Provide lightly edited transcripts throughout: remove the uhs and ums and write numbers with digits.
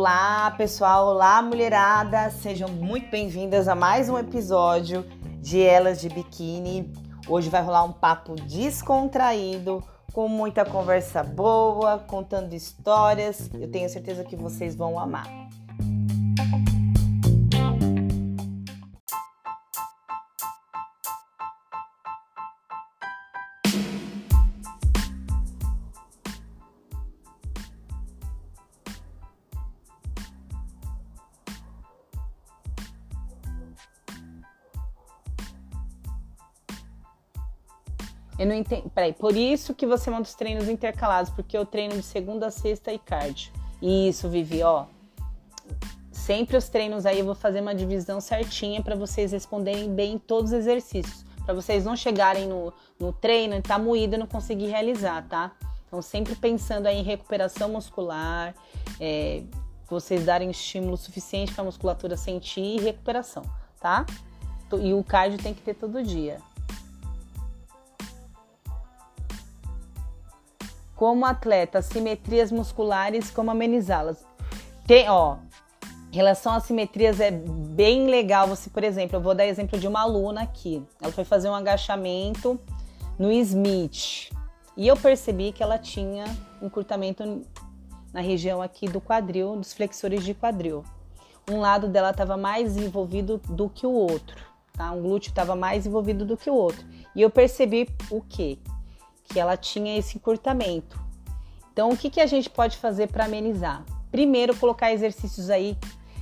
Olá pessoal, olá mulherada, sejam muito bem-vindas a mais um episódio de Elas de Biquíni. Hoje vai rolar um papo descontraído, com muita conversa boa, contando histórias. Eu tenho certeza que vocês vão amar. Eu não entendo. Peraí, por isso que você monta os treinos intercalados, porque eu treino de segunda a sexta e cardio. Isso, Vivi, ó. Sempre os treinos aí eu vou fazer uma divisão certinha para vocês responderem bem todos os exercícios. Para vocês não chegarem no treino e tá moído e não conseguir realizar, tá? Então, sempre pensando aí em recuperação muscular, vocês darem estímulo suficiente para a musculatura sentir e recuperação, tá? E o cardio tem que ter todo dia. Como atleta, simetrias musculares, como amenizá-las? Em relação às simetrias é bem legal você, por exemplo, eu vou dar exemplo de uma aluna aqui. Ela foi fazer um agachamento no Smith e eu percebi que ela tinha encurtamento na região aqui do quadril, dos flexores de quadril. Um lado dela estava mais envolvido do que o outro, tá? Um glúteo estava mais envolvido do que o outro. E eu percebi o quê? Que ela tinha esse encurtamento. Então, o que a gente pode fazer para amenizar? Primeiro, colocar exercícios aí,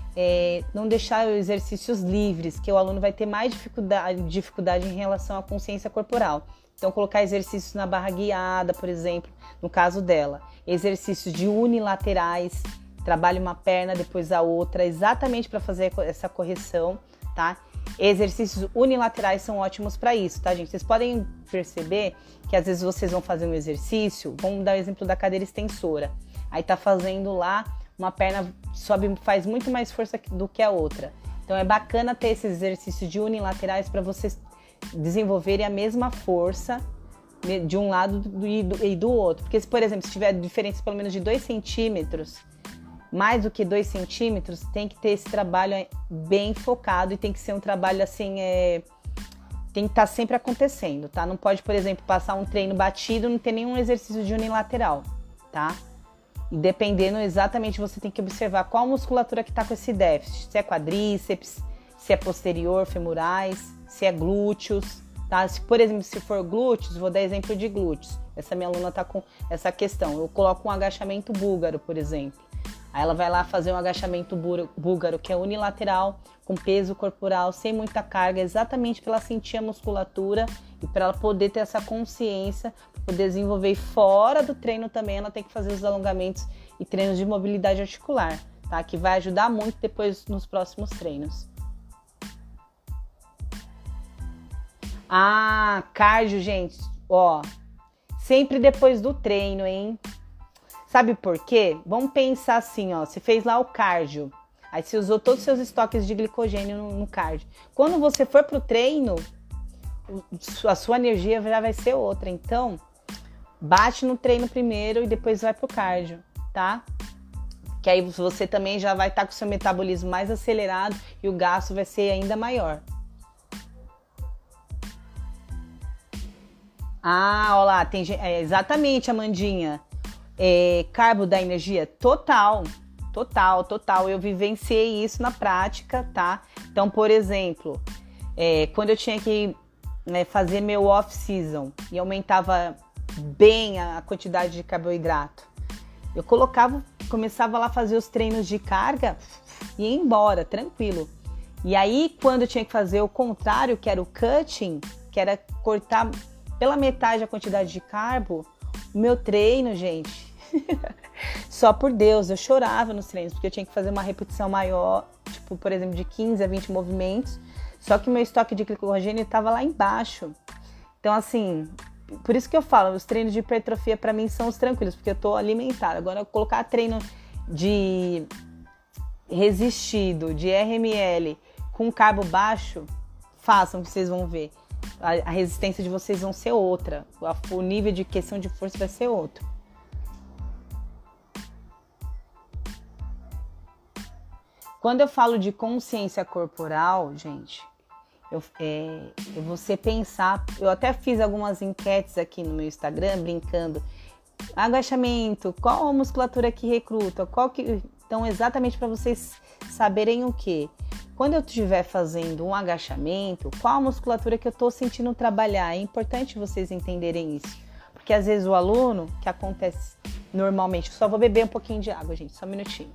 não deixar exercícios livres, que o aluno vai ter mais dificuldade em relação à consciência corporal. Então, colocar exercícios na barra guiada, por exemplo, no caso dela. Exercícios de unilaterais, trabalhe uma perna, depois a outra, exatamente para fazer essa correção, tá? Exercícios unilaterais são ótimos para isso, tá, gente? Vocês podem perceber que às vezes vocês vão fazer um exercício, vamos dar o exemplo da cadeira extensora. Aí tá fazendo lá, uma perna sobe, faz muito mais força do que a outra. Então é bacana ter esses exercícios de unilaterais para vocês desenvolverem a mesma força de um lado e do outro. Porque se, por exemplo, se tiver diferença pelo menos de 2 centímetros, mais do que 2 centímetros, tem que ter esse trabalho bem focado e tem que ser um trabalho assim, tem que estar sempre acontecendo, tá? Não pode, por exemplo, passar um treino batido e não ter nenhum exercício de unilateral, tá? E dependendo exatamente, você tem que observar qual musculatura que tá com esse déficit, se é quadríceps, se é posterior, femorais, se é glúteos, tá? Se, por exemplo, se for glúteos, vou dar exemplo de glúteos. Essa minha aluna tá com essa questão. Eu coloco um agachamento búlgaro, por exemplo. Aí ela vai lá fazer um agachamento búlgaro, que é unilateral, com peso corporal, sem muita carga, exatamente para ela sentir a musculatura e para ela poder ter essa consciência, para poder desenvolver. E fora do treino também, ela tem que fazer os alongamentos e treinos de mobilidade articular, tá? Que vai ajudar muito depois nos próximos treinos. Cardio, gente, ó, sempre depois do treino, hein? Sabe por quê? Vamos pensar assim, ó, você fez lá o cardio, aí você usou todos os seus estoques de glicogênio no cardio. Quando você for pro treino, a sua energia já vai ser outra. Então, bate no treino primeiro e depois vai pro cardio, tá? Que aí você também já vai estar com o seu metabolismo mais acelerado e o gasto vai ser ainda maior. Olha lá, tem exatamente, Amandinha. Carbo dá energia? Total. Eu vivenciei isso na prática, tá? Então, por exemplo, quando eu tinha que fazer meu off-season e aumentava bem a quantidade de carboidrato, eu começava lá a fazer os treinos de carga e ia embora, tranquilo. E aí, quando eu tinha que fazer o contrário, que era o cutting, que era cortar pela metade a quantidade de carbo, o meu treino, gente, só por Deus, eu chorava nos treinos, porque eu tinha que fazer uma repetição maior, tipo, por exemplo, de 15 a 20 movimentos, só que o meu estoque de glicogênio estava lá embaixo. Então, assim, por isso que eu falo, os treinos de hipertrofia para mim são os tranquilos, porque eu tô alimentada. Agora, colocar treino de resistido, de RML, com carbo baixo, façam que vocês vão ver. A resistência de vocês vão ser outra, o nível de questão de força vai ser outro. Quando eu falo de consciência corporal, gente, você pensar... Eu até fiz algumas enquetes aqui no meu Instagram, brincando. Agachamento, qual a musculatura que recruta? Então, exatamente para vocês saberem o quê? Quando eu estiver fazendo um agachamento, qual a musculatura que eu estou sentindo trabalhar? É importante vocês entenderem isso. Porque às vezes o aluno, que acontece normalmente... Só vou beber um pouquinho de água, gente, só um minutinho.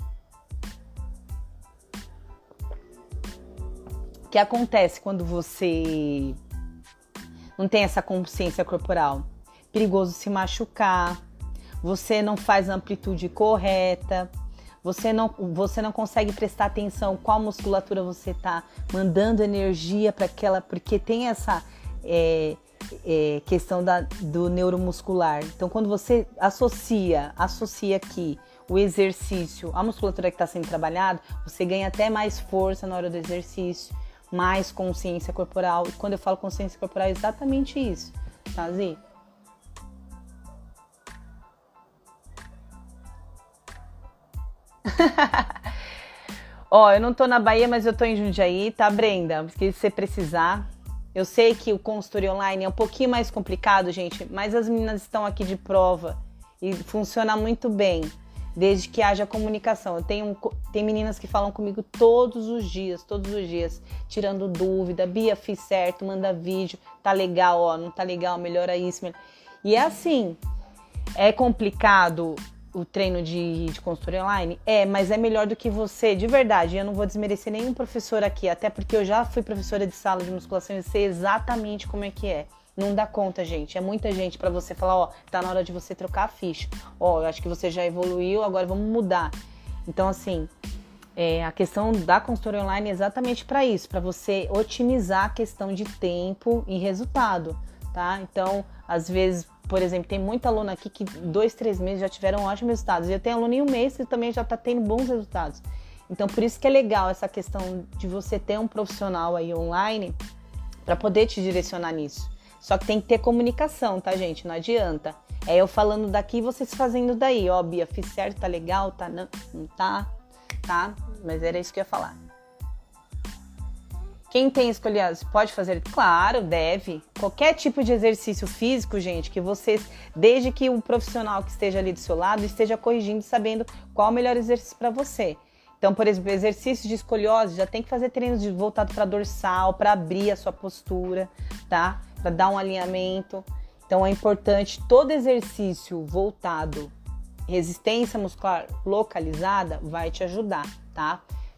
O que acontece quando você não tem essa consciência corporal? Perigoso se machucar, você não faz a amplitude correta, você não consegue prestar atenção qual musculatura você está mandando energia para aquela, porque tem essa questão do neuromuscular. Então, quando você associa aqui o exercício à musculatura que está sendo trabalhada, você ganha até mais força na hora do exercício, mais consciência corporal. E quando eu falo consciência corporal, é exatamente isso, tá, Zi? Ó, eu não tô na Bahia, mas eu tô em Jundiaí, tá, Brenda? Se você precisar. Eu sei que o consultório online é um pouquinho mais complicado, gente, mas as meninas estão aqui de prova e funciona muito bem, desde que haja comunicação. Tem meninas que falam comigo todos os dias, tirando dúvida. Bia, fiz certo, manda vídeo, tá legal, ó, não tá legal, melhora isso. E é assim, é complicado o treino de consultoria online? Mas é melhor do que você, de verdade. Eu não vou desmerecer nenhum professor aqui, até porque eu já fui professora de sala de musculação e sei exatamente como é que é. Não dá conta, gente. É muita gente pra você falar, ó, tá na hora de você trocar a ficha. Ó, eu acho que você já evoluiu, agora vamos mudar. Então, assim, a questão da consultoria online é exatamente para isso, para você otimizar a questão de tempo e resultado, tá? Então, às vezes, por exemplo, tem muita aluna aqui que 2, 3 meses já tiveram ótimos resultados. E eu tenho aluno em 1 mês que também já tá tendo bons resultados. Então, por isso que é legal essa questão de você ter um profissional aí online para poder te direcionar nisso. Só que tem que ter comunicação, tá, gente? Não adianta. É eu falando daqui e vocês fazendo daí. Ó, Bia, fiz certo, tá legal, tá? Não tá? Tá? Mas era isso que eu ia falar. Quem tem escoliose pode fazer? Claro, deve. Qualquer tipo de exercício físico, gente, que vocês, desde que o profissional que esteja ali do seu lado esteja corrigindo, sabendo qual o melhor exercício para você. Então, por exemplo, exercício de escoliose, já tem que fazer treinos voltado para dorsal, para abrir a sua postura, tá? Para dar um alinhamento. Então, é importante todo exercício voltado, resistência muscular localizada, vai te ajudar, tá?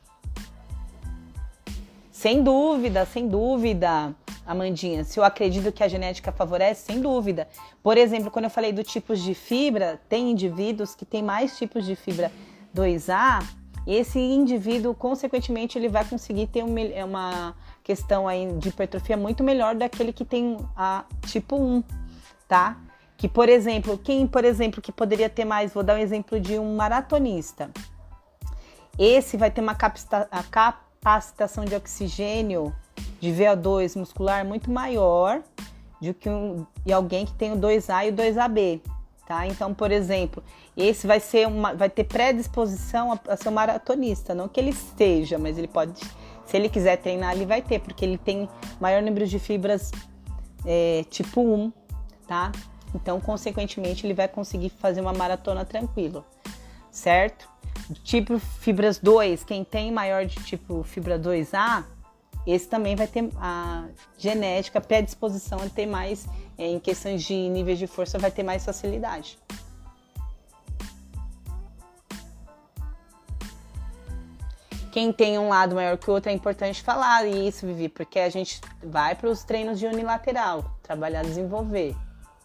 Sem dúvida, Amandinha. Se eu acredito que a genética favorece, sem dúvida. Por exemplo, quando eu falei do tipos de fibra, tem indivíduos que têm mais tipos de fibra 2A, e esse indivíduo, consequentemente, ele vai conseguir ter uma questão aí de hipertrofia muito melhor daquele que tem a tipo 1, tá? Que, por exemplo, que poderia ter mais, vou dar um exemplo de um maratonista. Esse vai ter uma capacitação de oxigênio de VO2 muscular muito maior do que alguém que tem o 2A e o 2AB, tá? Então, por exemplo, esse vai ter predisposição a ser um maratonista, não que ele esteja, mas ele pode, se ele quiser treinar, ele vai ter, porque ele tem maior número de fibras tipo 1, tá? Então, consequentemente, ele vai conseguir fazer uma maratona tranquilo, certo? Tipo fibras 2, quem tem maior de tipo fibra 2A, esse também vai ter a genética, predisposição a ter mais, em questões de níveis de força, vai ter mais facilidade. Quem tem um lado maior que o outro é importante falar isso, Vivi, porque a gente vai para os treinos de unilateral, trabalhar, desenvolver.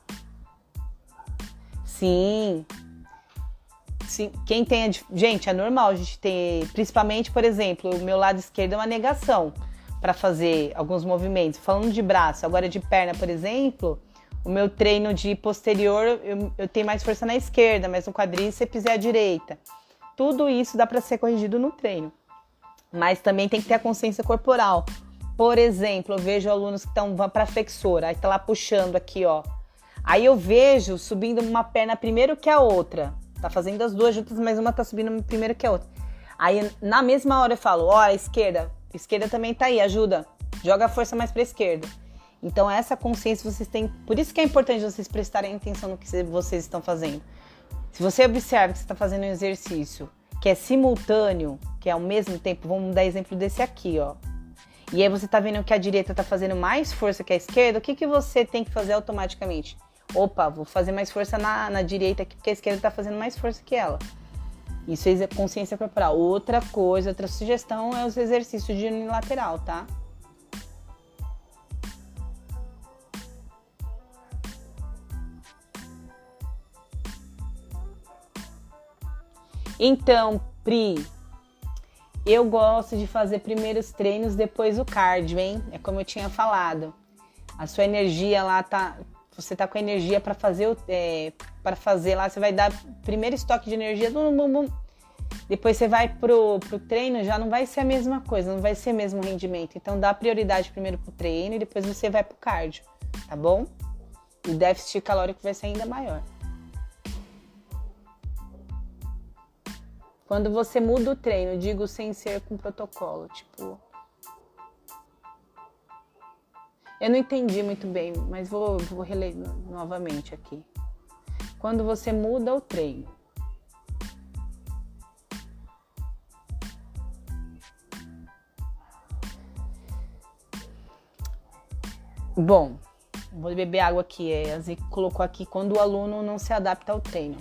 Sim. Quem tem... Gente, é normal a gente ter... Principalmente, por exemplo, o meu lado esquerdo é uma negação para fazer alguns movimentos. Falando de braço, agora de perna, por exemplo, o meu treino de posterior, eu tenho mais força na esquerda, mas no quadríceps é a direita. Tudo isso dá para ser corrigido no treino. Mas também tem que ter a consciência corporal. Por exemplo, eu vejo alunos que vão para flexora, aí tá lá puxando aqui, ó. Aí eu vejo subindo uma perna primeiro que a outra. Tá fazendo as duas juntas, mas uma tá subindo primeiro que a outra. Aí, na mesma hora eu falo, ó, a esquerda também tá aí, ajuda. Joga a força mais pra esquerda. Então, essa consciência vocês têm... Por isso que é importante vocês prestarem atenção no que vocês estão fazendo. Se você observa que você está fazendo um exercício que é simultâneo, que é ao mesmo tempo, vamos dar exemplo desse aqui, ó. E aí você tá vendo que a direita tá fazendo mais força que a esquerda, o que você tem que fazer automaticamente? Opa, vou fazer mais força na direita aqui, porque a esquerda tá fazendo mais força que ela. Isso é consciência corporal. Outra coisa, outra sugestão é os exercícios de unilateral, tá? Então, Pri, eu gosto de fazer primeiro os treinos, depois o cardio, hein? É como eu tinha falado. A sua energia lá tá... Você tá com energia para fazer para fazer lá, você vai dar primeiro estoque de energia, bum, bum, bum. Depois você vai pro treino, já não vai ser a mesma coisa, não vai ser o mesmo rendimento. Então dá prioridade primeiro pro treino e depois você vai pro cardio, tá bom? E o déficit calórico vai ser ainda maior. Quando você muda o treino, digo sem ser com protocolo, tipo... Eu não entendi muito bem, mas vou reler novamente aqui. Quando você muda o treino. Bom, vou beber água aqui. A Zico colocou aqui quando o aluno não se adapta ao treino.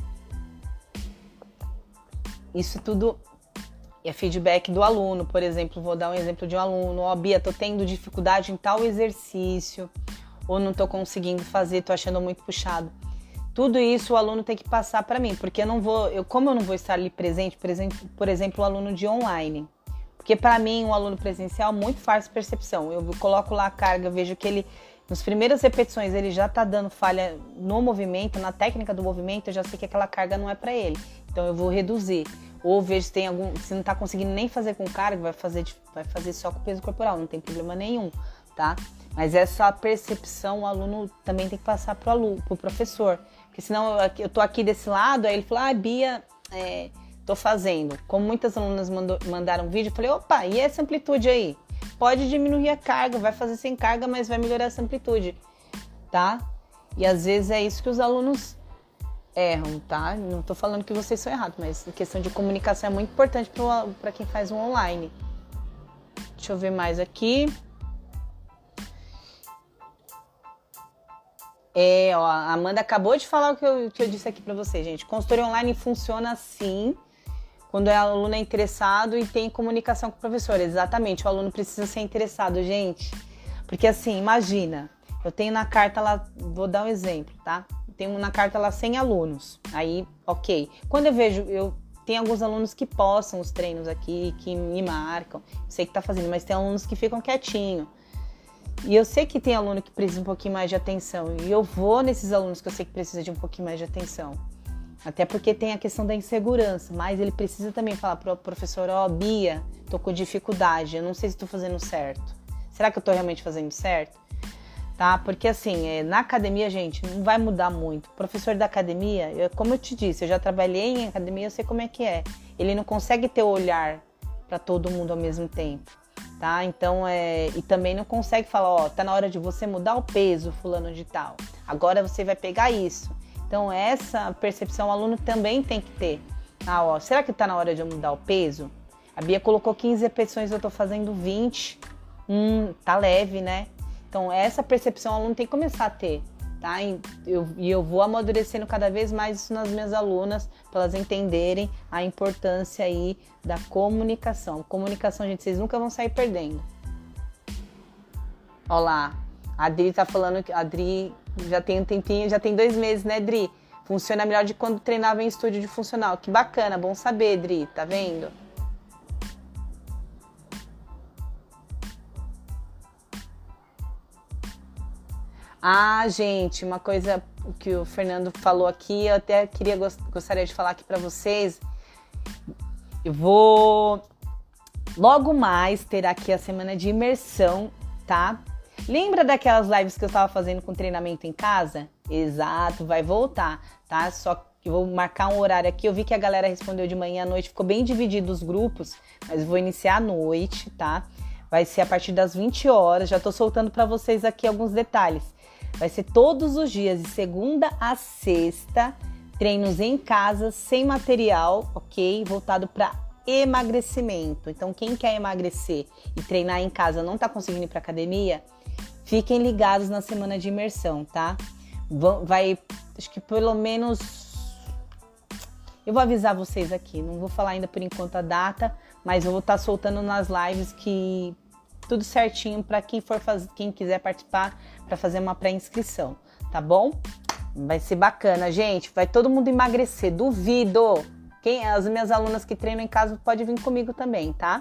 Isso tudo é feedback do aluno, por exemplo, vou dar um exemplo de um aluno, ó, Bia, tô tendo dificuldade em tal exercício, ou não tô conseguindo fazer, tô achando muito puxado. Tudo isso o aluno tem que passar para mim, porque como eu não vou estar ali presente, por exemplo, o aluno de online, porque para mim o aluno presencial muito faz percepção, eu coloco lá a carga, vejo que ele, nas primeiras repetições, ele já tá dando falha no movimento, na técnica do movimento, eu já sei que aquela carga não é para ele, então eu vou reduzir. Ou vejo se não tá conseguindo nem fazer com carga, vai fazer só com peso corporal, não tem problema nenhum, tá? Mas essa percepção o aluno também tem que passar pro professor. Porque senão eu tô aqui desse lado, aí ele fala, Bia, tô fazendo. Como muitas alunas mandaram vídeo, eu falei, opa, e essa amplitude aí? Pode diminuir a carga, vai fazer sem carga, mas vai melhorar essa amplitude, tá? E às vezes é isso que os alunos erram, tá? Não tô falando que vocês são errados, mas a questão de comunicação é muito importante para quem faz um online. Deixa eu ver mais aqui. Ó, a Amanda acabou de falar o que eu disse aqui para vocês, gente. Consultoria online funciona assim, quando o aluno é interessado e tem comunicação com o professor. Exatamente, o aluno precisa ser interessado, gente. Porque assim, imagina, eu tenho na carta lá, vou dar um exemplo, tá? Tenho na carta lá 100 alunos, aí, ok. Quando eu tem alguns alunos que postam os treinos aqui, que me marcam, eu sei que tá fazendo, mas tem alunos que ficam quietinho. E eu sei que tem aluno que precisa um pouquinho mais de atenção, e eu vou nesses alunos que eu sei que precisa de um pouquinho mais de atenção. Até porque tem a questão da insegurança, mas ele precisa também falar pro professor, Bia, tô com dificuldade, eu não sei se tô fazendo certo. Será que eu tô realmente fazendo certo? Tá? Porque assim, na academia, gente, não vai mudar muito. O professor da academia, como eu te disse, eu já trabalhei em academia, eu sei como é que é. Ele não consegue ter o olhar para todo mundo ao mesmo tempo, tá? Então, e também não consegue falar, tá na hora de você mudar o peso, fulano de tal. Agora você vai pegar isso. Então, essa percepção o aluno também tem que ter. Será que tá na hora de eu mudar o peso? A Bia colocou 15 repetições, eu tô fazendo 20. Tá leve, né? Então, essa percepção o aluno tem que começar a ter, tá? E eu vou amadurecendo cada vez mais isso nas minhas alunas, para elas entenderem a importância aí da comunicação. Comunicação, gente, vocês nunca vão sair perdendo. Olha lá, a Adri tá falando que a Adri já tem um tempinho, já tem 2 meses, né, Adri? Funciona melhor de quando treinava em estúdio de funcional. Que bacana, bom saber, Adri, tá vendo? Gente, uma coisa que o Fernando falou aqui, eu até gostaria de falar aqui para vocês. Eu vou logo mais ter aqui a semana de imersão, tá? Lembra daquelas lives que eu estava fazendo com treinamento em casa? Exato, vai voltar, tá? Só Que eu vou marcar um horário aqui. Eu vi que a galera respondeu de manhã à noite, ficou bem dividido os grupos, mas vou iniciar à noite, tá? Vai ser a partir das 20 horas. Já tô soltando para vocês aqui alguns detalhes. Vai ser todos os dias, de segunda a sexta, treinos em casa, sem material, ok? Voltado para emagrecimento. Então, quem quer emagrecer e treinar em casa não tá conseguindo ir para academia, fiquem ligados na semana de imersão, tá? Vai, acho que pelo menos... Eu vou avisar vocês aqui, não vou falar ainda por enquanto a data, mas eu vou estar soltando nas lives que tudo certinho para quem quiser participar, para fazer uma pré-inscrição, tá bom? Vai ser bacana, gente. Vai todo mundo emagrecer, duvido. As minhas alunas que treinam em casa pode vir comigo também, tá?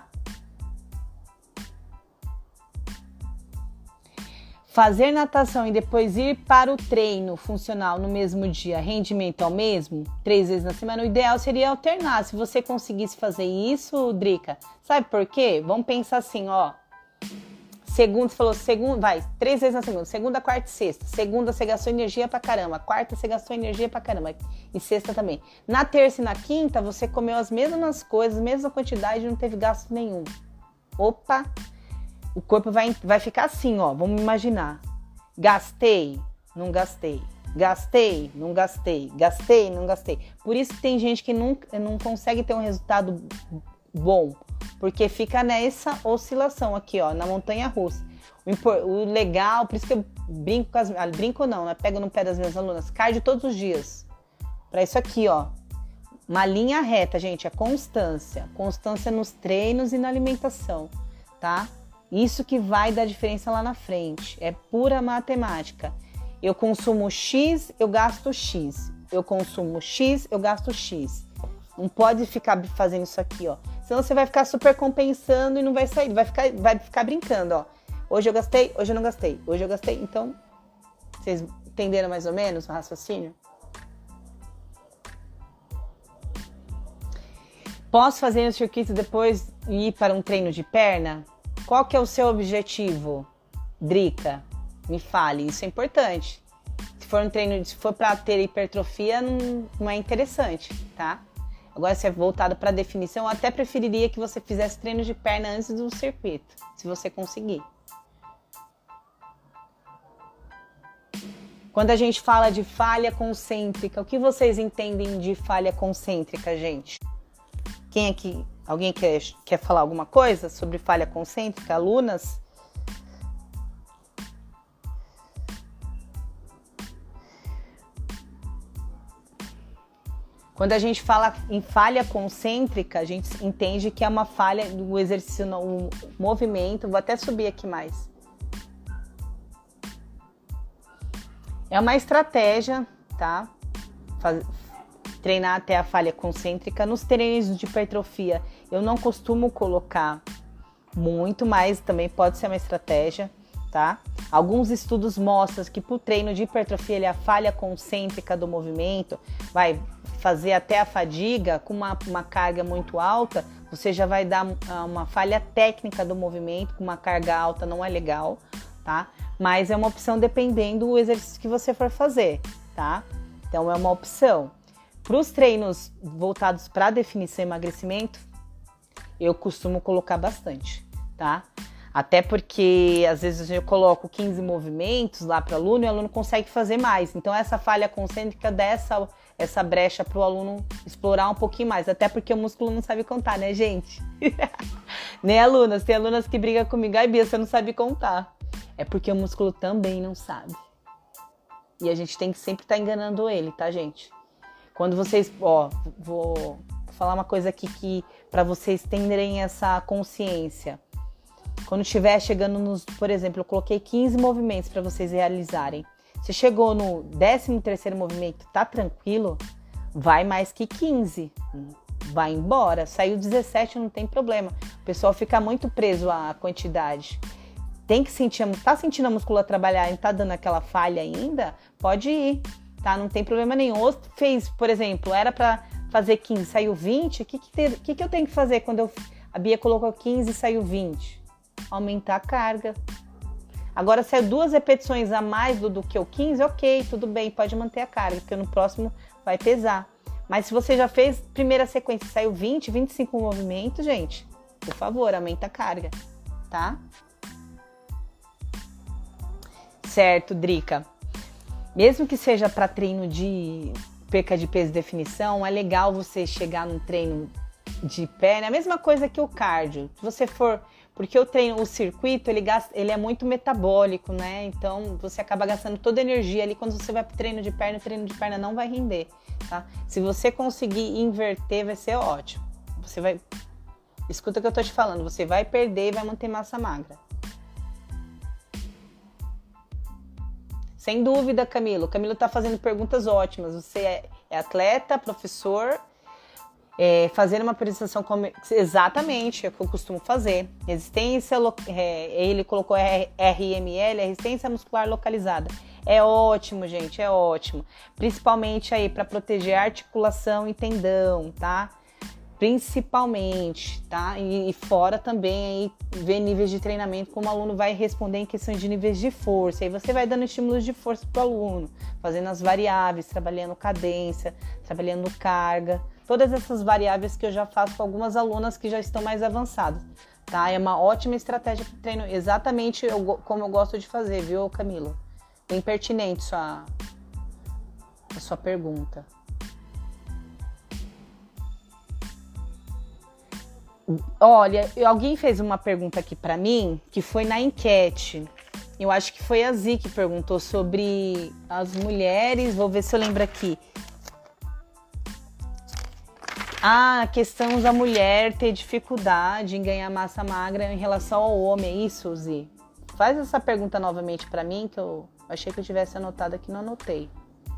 Fazer natação e depois ir para o treino funcional no mesmo dia, rendimento ao mesmo, 3 vezes na semana, o ideal seria alternar. Se você conseguisse fazer isso, Drica, sabe por quê? Vamos pensar assim, ó. Segunda, você falou, 3 vezes na semana, segunda, quarta e sexta. Segunda você gastou energia pra caramba, quarta você gastou energia pra caramba e sexta também. Na terça e na quinta você comeu as mesmas coisas, mesma quantidade e não teve gasto nenhum. Opa! O corpo vai ficar assim, ó, vamos imaginar. Gastei, não gastei. Gastei, não gastei. Gastei, não gastei. Por isso que tem gente que não consegue ter um resultado bom. Porque fica nessa oscilação aqui, ó, na montanha-russa. O legal, por isso que eu brinco com brinco não, né? Pego no pé das minhas alunas. Cardio todos os dias. Pra isso aqui, ó. Uma linha reta, gente, é constância. Constância nos treinos e na alimentação, tá? Isso que vai dar diferença lá na frente. É pura matemática. Eu consumo X, eu gasto X. Eu consumo X, eu gasto X. Não pode ficar fazendo isso aqui, ó. Senão você vai ficar super compensando e não vai sair. Vai ficar brincando, ó. Hoje eu gastei, hoje eu não gastei. Hoje eu gastei. Então, vocês entenderam mais ou menos o raciocínio? Posso fazer o circuito depois e ir para um treino de perna? Qual que é o seu objetivo, Drica? Me fale, isso é importante. Se for para ter hipertrofia, não é interessante, tá? Agora, se é voltado para definição, eu até preferiria que você fizesse treino de perna antes do circuito, se você conseguir. Quando a gente fala de falha concêntrica, o que vocês entendem de falha concêntrica, gente? Quem aqui, alguém quer falar alguma coisa sobre falha concêntrica, alunas? Quando a gente fala em falha concêntrica, a gente entende que é uma falha do exercício, o movimento. Vou até subir aqui mais. É uma estratégia, tá? Treinar até a falha concêntrica. Nos treinos de hipertrofia, eu não costumo colocar muito, mas também pode ser uma estratégia, tá? Alguns estudos mostram que para o treino de hipertrofia, a falha concêntrica do movimento vai fazer até a fadiga com uma carga muito alta, você já vai dar uma falha técnica do movimento, com uma carga alta não é legal, tá? Mas é uma opção dependendo do exercício que você for fazer, tá? Então é uma opção. Para os treinos voltados para definição e emagrecimento, eu costumo colocar bastante, tá? Até porque às vezes eu coloco 15 movimentos lá para o aluno e o aluno consegue fazer mais. Então essa falha concêntrica dá essa brecha para o aluno explorar um pouquinho mais. Até porque o músculo não sabe contar, né, gente? Né, alunas? Tem alunas que brigam comigo. Ai, Bia, você não sabe contar. É porque o músculo também não sabe. E a gente tem que sempre estar enganando ele, tá, gente? Quando vocês... Ó, vou falar uma coisa aqui que para vocês terem essa consciência. Quando estiver chegando nos... Por exemplo, eu coloquei 15 movimentos para vocês realizarem. Você chegou no 13º movimento, tá tranquilo? Vai mais que 15. Vai embora. Saiu 17, não tem problema. O pessoal fica muito preso à quantidade. Tem que sentir... Tá sentindo a musculatura trabalhar e tá dando aquela falha ainda? Pode ir, tá? Não tem problema nenhum. Ou fez, por exemplo, era para fazer 15, saiu 20. O que eu tenho que fazer quando a Bia colocou 15 e saiu 20? Aumentar a carga. Agora, se é 2 repetições a mais do que o 15, ok, tudo bem, pode manter a carga, porque no próximo vai pesar. Mas se você já fez primeira sequência, saiu 20, 25 movimentos, gente, por favor, aumenta a carga, tá? Certo, Drica. Mesmo que seja para treino de perca de peso e definição, é legal você chegar num treino de perna, é a mesma coisa que o cardio. Se você for, porque o circuito, ele é muito metabólico, né? Então, você acaba gastando toda a energia ali quando você vai pro treino de perna, o treino de perna não vai render, tá? Se você conseguir inverter, vai ser ótimo. Você vai, escuta o que eu tô te falando, você vai perder e vai manter massa magra. Sem dúvida, Camilo. O Camilo tá fazendo perguntas ótimas. Você é atleta, professor, fazendo uma apresentação exatamente, é o que eu costumo fazer. Resistência, ele colocou RML, resistência muscular localizada. É ótimo, gente, é ótimo. Principalmente aí para proteger articulação e tendão, tá? Principalmente, tá? E fora também aí ver níveis de treinamento, como o aluno vai responder em questões de níveis de força. Aí você vai dando estímulos de força para o aluno, fazendo as variáveis, trabalhando cadência, trabalhando carga. Todas essas variáveis que eu já faço com algumas alunas que já estão mais avançadas, tá? É uma ótima estratégia para treino, exatamente como eu gosto de fazer, viu, Camilo? Bem pertinente a sua pergunta. Olha, alguém fez uma pergunta aqui para mim, que foi na enquete. Eu acho que foi a Zi que perguntou sobre as mulheres. Vou ver se eu lembro aqui. A questão da mulher ter dificuldade em ganhar massa magra em relação ao homem. É isso, Zi? Faz essa pergunta novamente para mim, que eu achei que eu tivesse anotado aqui, não anotei.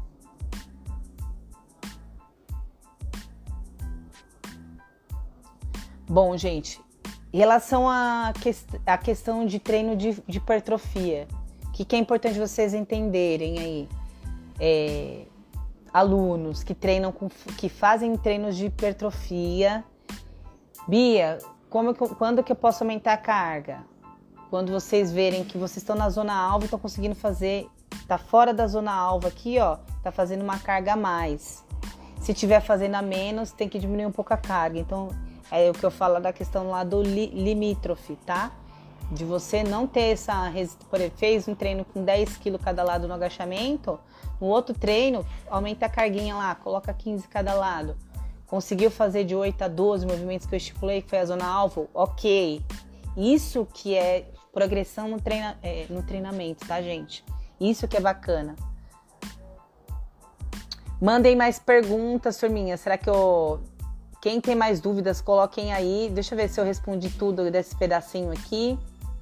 Bom, gente, em relação à questão de treino de hipertrofia, o que é importante vocês entenderem aí? Alunos que treinam que fazem treinos de hipertrofia. Bia, quando que eu posso aumentar a carga? Quando vocês verem que vocês estão na zona alva e estão conseguindo fazer, tá fora da zona alva aqui, ó, tá fazendo uma carga a mais. Se tiver fazendo a menos, tem que diminuir um pouco a carga. Então, é o que eu falo da questão lá do limítrofe, tá? De você não ter por exemplo, fez um treino com 10 kg cada lado no agachamento, no outro treino, aumenta a carguinha lá, coloca 15 cada lado. Conseguiu fazer de 8 a 12 movimentos que eu estipulei, que foi a zona alvo? Ok. Isso que é progressão no treinamento, tá, gente? Isso que é bacana. Mandem mais perguntas, turminha. Será que quem tem mais dúvidas, coloquem aí. Deixa eu ver se eu respondi tudo desse pedacinho aqui.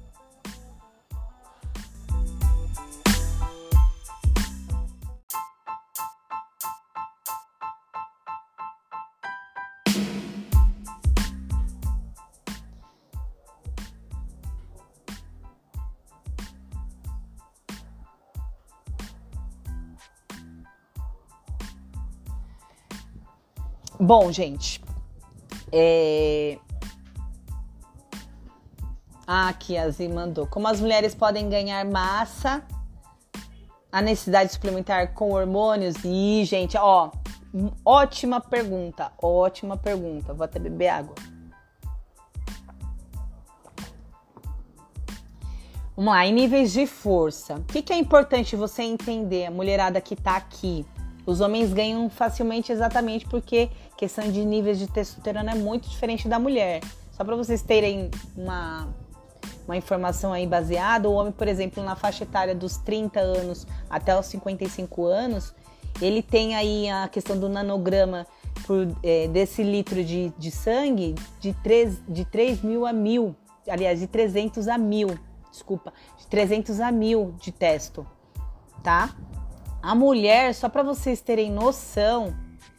Bom, gente, aqui a Zi mandou. Como as mulheres podem ganhar massa, a necessidade suplementar com hormônios? E, gente, ó, ótima pergunta. Vou até beber água. Vamos lá, em níveis de força. O que é importante você entender, a mulherada que tá aqui? Os homens ganham facilmente exatamente porque a questão de níveis de testosterona é muito diferente da mulher. Só para vocês terem uma informação aí baseada, o homem, por exemplo, na faixa etária dos 30 anos até os 55 anos, ele tem aí a questão do nanograma por decilitro de sangue de 3.000 a 1.000, aliás, de 300 a 1.000, desculpa, de 300 a 1.000 de testo, tá? A mulher, só para vocês terem noção,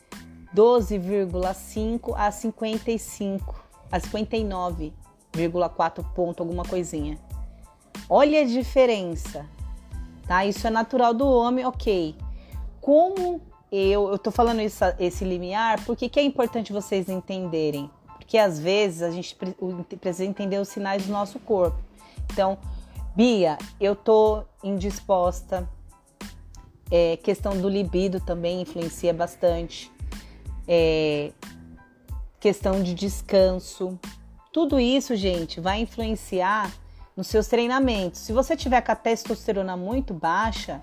12,5 a 55, a 59,4 ponto, alguma coisinha. Olha a diferença, tá? Isso é natural do homem, ok. Como eu tô falando esse limiar, por que é importante vocês entenderem? Porque às vezes a gente precisa entender os sinais do nosso corpo. Então, Bia, eu tô indisposta. Questão do libido também influencia bastante. questão de descanso. Tudo isso, gente, vai influenciar nos seus treinamentos. Se você tiver com a testosterona muito baixa,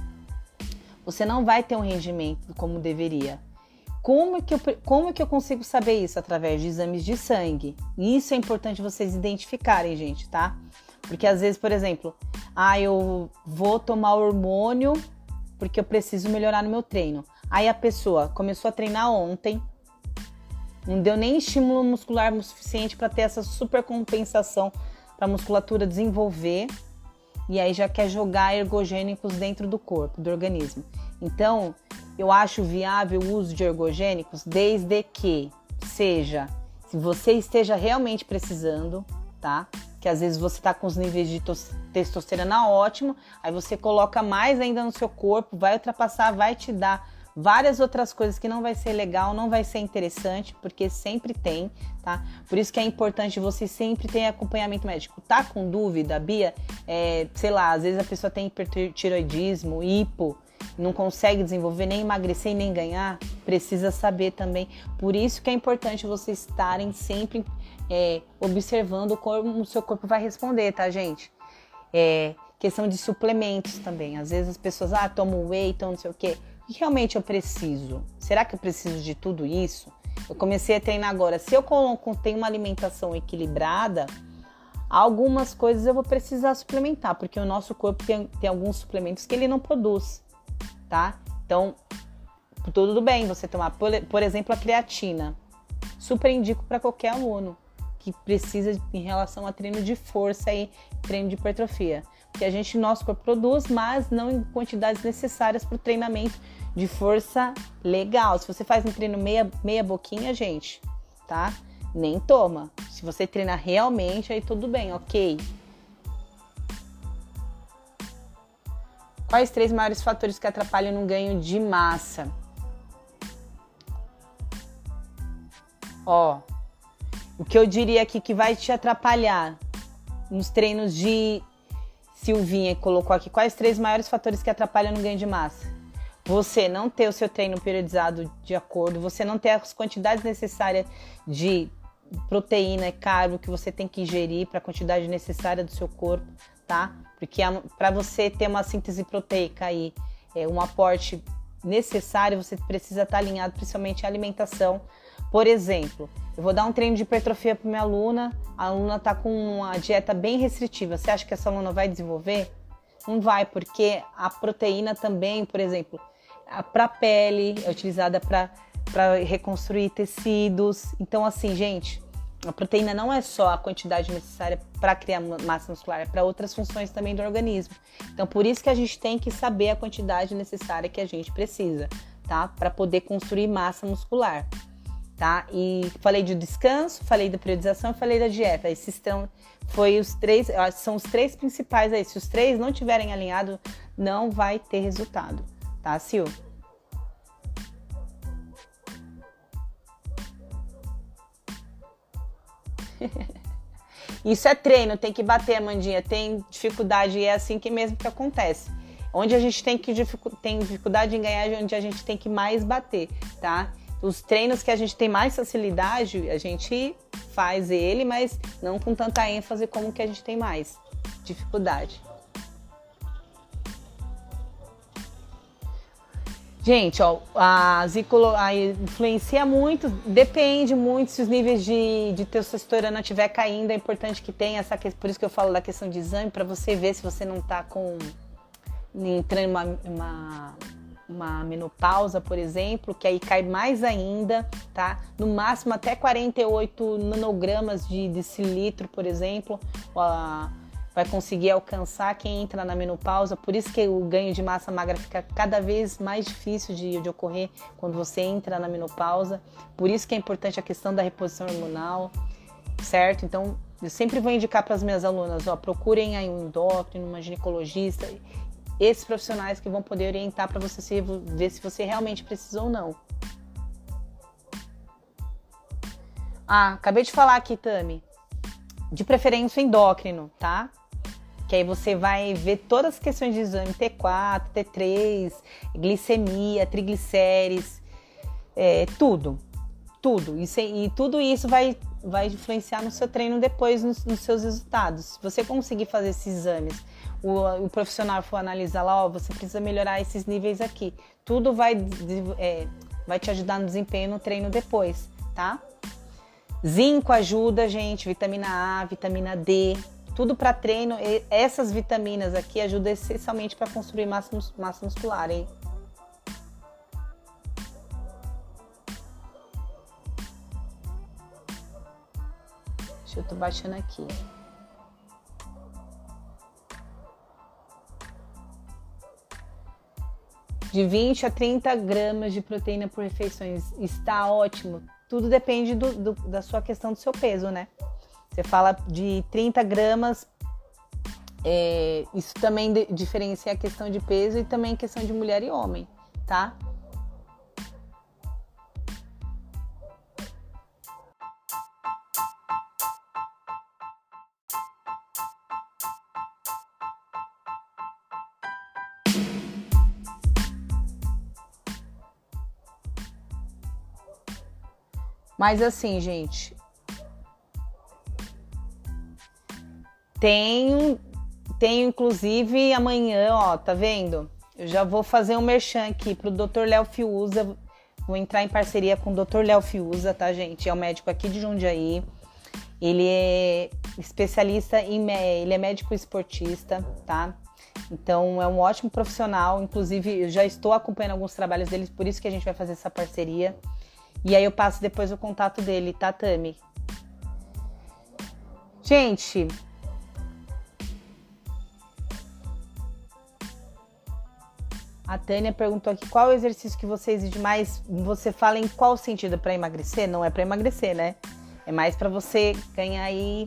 você não vai ter um rendimento como deveria. Como que eu consigo saber isso? Através de exames de sangue. Isso é importante vocês identificarem, gente, tá? Porque às vezes, por exemplo, eu vou tomar hormônio porque eu preciso melhorar no meu treino. Aí a pessoa começou a treinar ontem, não deu nem estímulo muscular o suficiente para ter essa super compensação para a musculatura desenvolver, e aí já quer jogar ergogênicos dentro do corpo, do organismo. Então, eu acho viável o uso de ergogênicos desde que seja, se você esteja realmente precisando, tá? Que às vezes você tá com os níveis de testosterona ótimo, aí você coloca mais ainda no seu corpo, vai ultrapassar, vai te dar várias outras coisas que não vai ser legal, não vai ser interessante, porque sempre tem, tá? Por isso que é importante você sempre ter acompanhamento médico. Tá com dúvida, Bia? Sei lá, às vezes a pessoa tem hipertiroidismo, hipo, não consegue desenvolver, nem emagrecer e nem ganhar, precisa saber também. Por isso que é importante vocês estarem sempre observando como o seu corpo vai responder, tá, gente? Questão de suplementos também. Às vezes as pessoas, tomam whey, então não sei o quê. O que realmente eu preciso? Será que eu preciso de tudo isso? Eu comecei a treinar agora. Se eu tenho uma alimentação equilibrada, algumas coisas eu vou precisar suplementar, porque o nosso corpo tem alguns suplementos que ele não produz, tá? Então, tudo bem você tomar, por exemplo, a creatina. Super indico para qualquer aluno que precisa em relação a treino de força e treino de hipertrofia. Porque nosso corpo produz, mas não em quantidades necessárias para o treinamento de força legal. Se você faz um treino meia boquinha, gente, tá? Nem toma. Se você treinar realmente, aí tudo bem, ok. Quais 3 maiores fatores que atrapalham no ganho de massa? O que eu diria aqui que vai te atrapalhar nos treinos de Silvinha colocou aqui, quais 3 maiores fatores que atrapalham no ganho de massa? Você não ter o seu treino periodizado de acordo, você não ter as quantidades necessárias de proteína e carbo que você tem que ingerir para a quantidade necessária do seu corpo, tá? Porque para você ter uma síntese proteica aí, um aporte necessário, você precisa estar alinhado principalmente à alimentação. Por exemplo, eu vou dar um treino de hipertrofia para minha aluna, a aluna está com uma dieta bem restritiva. Você acha que essa aluna vai desenvolver? Não vai, porque a proteína também, por exemplo, para a pele, é utilizada para reconstruir tecidos. Então, assim, gente, a proteína não é só a quantidade necessária para criar massa muscular, é para outras funções também do organismo. Então, por isso que a gente tem que saber a quantidade necessária que a gente precisa, tá? Para poder construir massa muscular. Tá? E falei de descanso, falei da periodização e falei da dieta. Esses são os 3 principais aí. Se os 3 não tiverem alinhado, não vai ter resultado. Tá, Sil? Isso é treino, tem que bater, Amandinha. Tem dificuldade e é assim que mesmo que acontece. Onde a gente tem dificuldade em ganhar, é onde a gente tem que mais bater, tá? Os treinos que a gente tem mais facilidade, a gente faz ele, mas não com tanta ênfase como que a gente tem mais dificuldade. Gente, influencia muito, depende muito se os níveis de testosterona estiver caindo. É importante que tenha por isso que eu falo da questão de exame, para você ver se você não está entrando uma menopausa, por exemplo, que aí cai mais ainda, tá? No máximo até 48 nanogramas de decilitro, por exemplo, vai conseguir alcançar quem entra na menopausa. Por isso que o ganho de massa magra fica cada vez mais difícil de ocorrer quando você entra na menopausa. Por isso que é importante a questão da reposição hormonal, certo? Então, eu sempre vou indicar para as minhas alunas, procurem aí um endócrino, uma ginecologista, esses profissionais que vão poder orientar para você ver se você realmente precisa ou não. Acabei de falar aqui, Tami. De preferência endócrino, tá? Que aí você vai ver todas as questões de exame, T4, T3, glicemia, triglicérides, tudo. Tudo. E tudo isso vai influenciar no seu treino depois, nos seus resultados. Se você conseguir fazer esses exames, o profissional for analisar lá, você precisa melhorar esses níveis aqui. Tudo vai te ajudar no desempenho no treino depois, tá? Zinco ajuda, gente, vitamina A, vitamina D, tudo para treino. Essas vitaminas aqui ajudam essencialmente para construir massa muscular, hein? Eu tô baixando aqui. De 20 a 30 gramas de proteína por refeições. Está ótimo. Tudo depende da sua questão do seu peso, né? Você fala de 30 gramas. Isso também diferencia a questão de peso e também a questão de mulher e homem, tá? Mas assim, gente, tenho inclusive amanhã, ó, tá vendo? Eu já vou fazer um merchan aqui pro Dr. Léo Fiuza. Vou entrar em parceria com o Dr. Léo Fiuza, tá, gente? É um médico aqui de Jundiaí. Ele é especialista ele é médico esportista, tá? Então é um ótimo profissional. Inclusive, eu já estou acompanhando alguns trabalhos deles, por isso que a gente vai fazer essa parceria. E aí eu passo depois o contato dele, tá, Tami? Gente, a Tânia perguntou aqui qual é o exercício que você exige mais. Você fala em qual sentido? Para emagrecer? Não é para emagrecer, né? É mais para você ganhar aí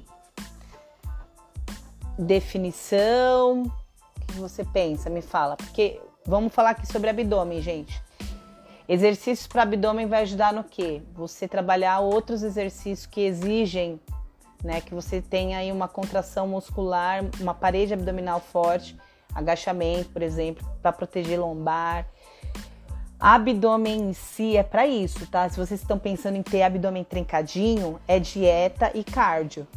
definição. O que você pensa? Me fala. Porque vamos falar aqui sobre abdômen, gente. Exercícios para abdômen vai ajudar no quê? Você trabalhar outros exercícios que exigem, né, que você tenha aí uma contração muscular, uma parede abdominal forte, agachamento, por exemplo, para proteger lombar. Abdômen em si é para isso, tá? Se vocês estão pensando em ter abdômen trincadinho, é dieta e cardio.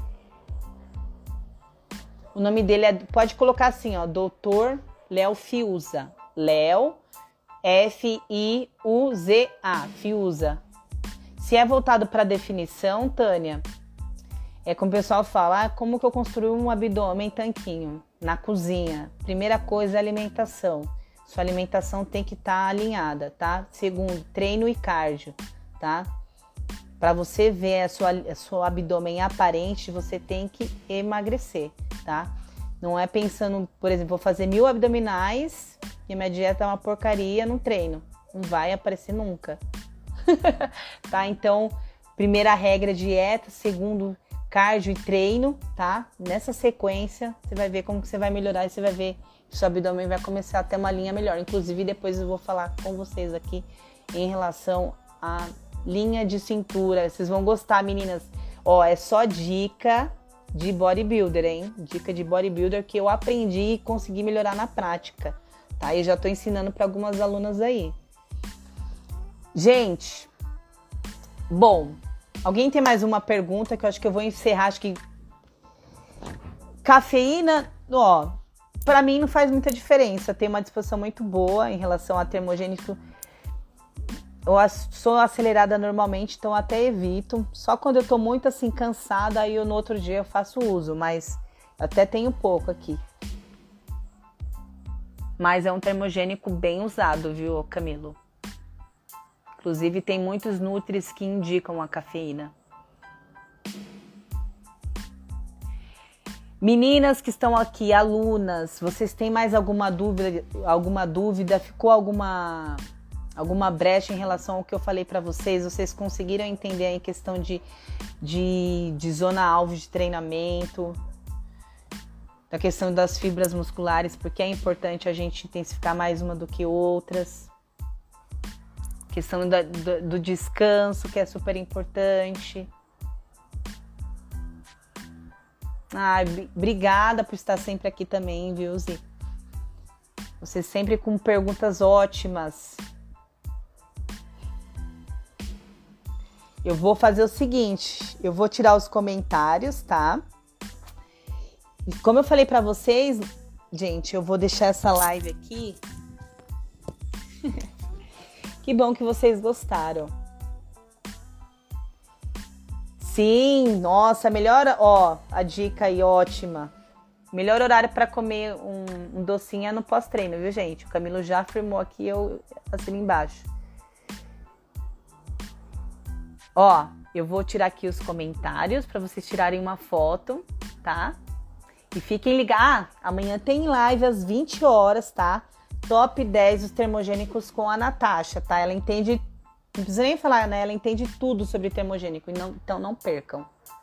O nome dele pode colocar assim, ó, Dr. Léo Fiuza. Léo Fiuza, Fiuza. Se é voltado para definição, Tânia, é como o pessoal fala, como que eu construo um abdômen tanquinho? Na cozinha. Primeira coisa, alimentação. Sua alimentação tem que estar alinhada, tá? Segundo, treino e cardio, tá? Para você ver a sua abdômen aparente, você tem que emagrecer, tá? Não é pensando, por exemplo, vou fazer 1000 abdominais e minha dieta é uma porcaria no treino. Não vai aparecer nunca. Tá? Então, primeira regra, dieta. Segundo, cardio e treino, tá? Nessa sequência, você vai ver como que você vai melhorar e você vai ver que seu abdômen vai começar a ter uma linha melhor. Inclusive, depois eu vou falar com vocês aqui em relação à linha de cintura. Vocês vão gostar, meninas. Ó, é só dica de bodybuilder, hein? Dica de bodybuilder que eu aprendi e consegui melhorar na prática, tá? E já tô ensinando para algumas alunas aí. Gente, bom, alguém tem mais uma pergunta que eu acho que eu vou encerrar? Acho que cafeína, ó, para mim não faz muita diferença. Tem uma disposição muito boa em relação a termogênico. Eu sou acelerada normalmente, então até evito. Só quando eu tô muito assim cansada, aí no outro dia eu faço uso, mas até tenho pouco aqui. Mas é um termogênico bem usado, viu, Camilo? Inclusive tem muitos nutris que indicam a cafeína. Meninas que estão aqui, alunas, vocês têm mais alguma dúvida? Ficou alguma brecha em relação ao que eu falei para vocês? Vocês conseguiram entender em questão de zona-alvo de treinamento, da questão das fibras musculares, porque é importante a gente intensificar mais uma do que outras, questão do descanso, que é super importante. Obrigada por estar sempre aqui também, viu, Zi? Você sempre com perguntas ótimas. Eu vou fazer o seguinte, eu vou tirar os comentários, tá? E como eu falei pra vocês, gente, eu vou deixar essa live aqui. Que bom que vocês gostaram. Sim, nossa, melhor, ó, a dica aí ótima. Melhor horário para comer um docinho é no pós-treino, viu, gente? O Camilo já afirmou aqui, eu assino embaixo. Ó, eu vou tirar aqui os comentários para vocês tirarem uma foto, tá? E fiquem ligados. Ah, amanhã tem live às 20 horas, tá? Top 10 dos termogênicos com a Natasha, tá? Ela entende, não precisa nem falar, né? Ela entende tudo sobre termogênico, então não percam.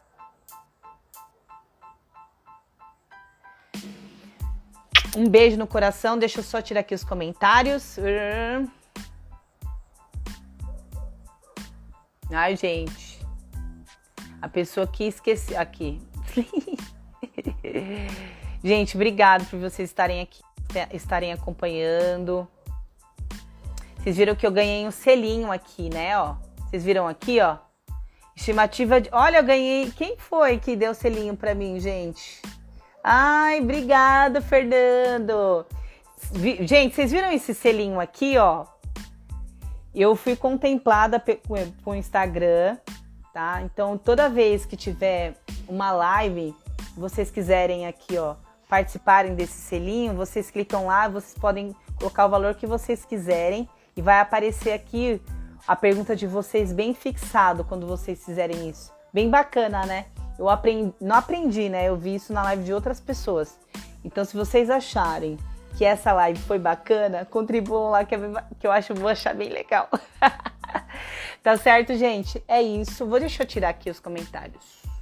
Um beijo no coração, deixa eu só tirar aqui os comentários. Ai, gente. A pessoa que esqueci aqui. Gente, obrigado por vocês estarem aqui, estarem acompanhando. Vocês viram que eu ganhei um selinho aqui, né, ó. Vocês viram aqui, ó. Estimativa de... Olha, eu ganhei... Quem foi que deu selinho pra mim, gente? Ai, obrigada, Fernando. Gente, vocês viram esse selinho aqui, ó? Eu fui contemplada com o Instagram, tá? Então, toda vez que tiver uma live, vocês quiserem aqui, ó, participarem desse selinho, vocês clicam lá, vocês podem colocar o valor que vocês quiserem e vai aparecer aqui a pergunta de vocês bem fixado quando vocês fizerem isso. Bem bacana, né? Eu não aprendi, né? Eu vi isso na live de outras pessoas. Então, se vocês acharem que essa live foi bacana, contribuam lá que eu acho, vou achar bem legal. Tá certo, gente? É isso. Deixa eu tirar aqui os comentários.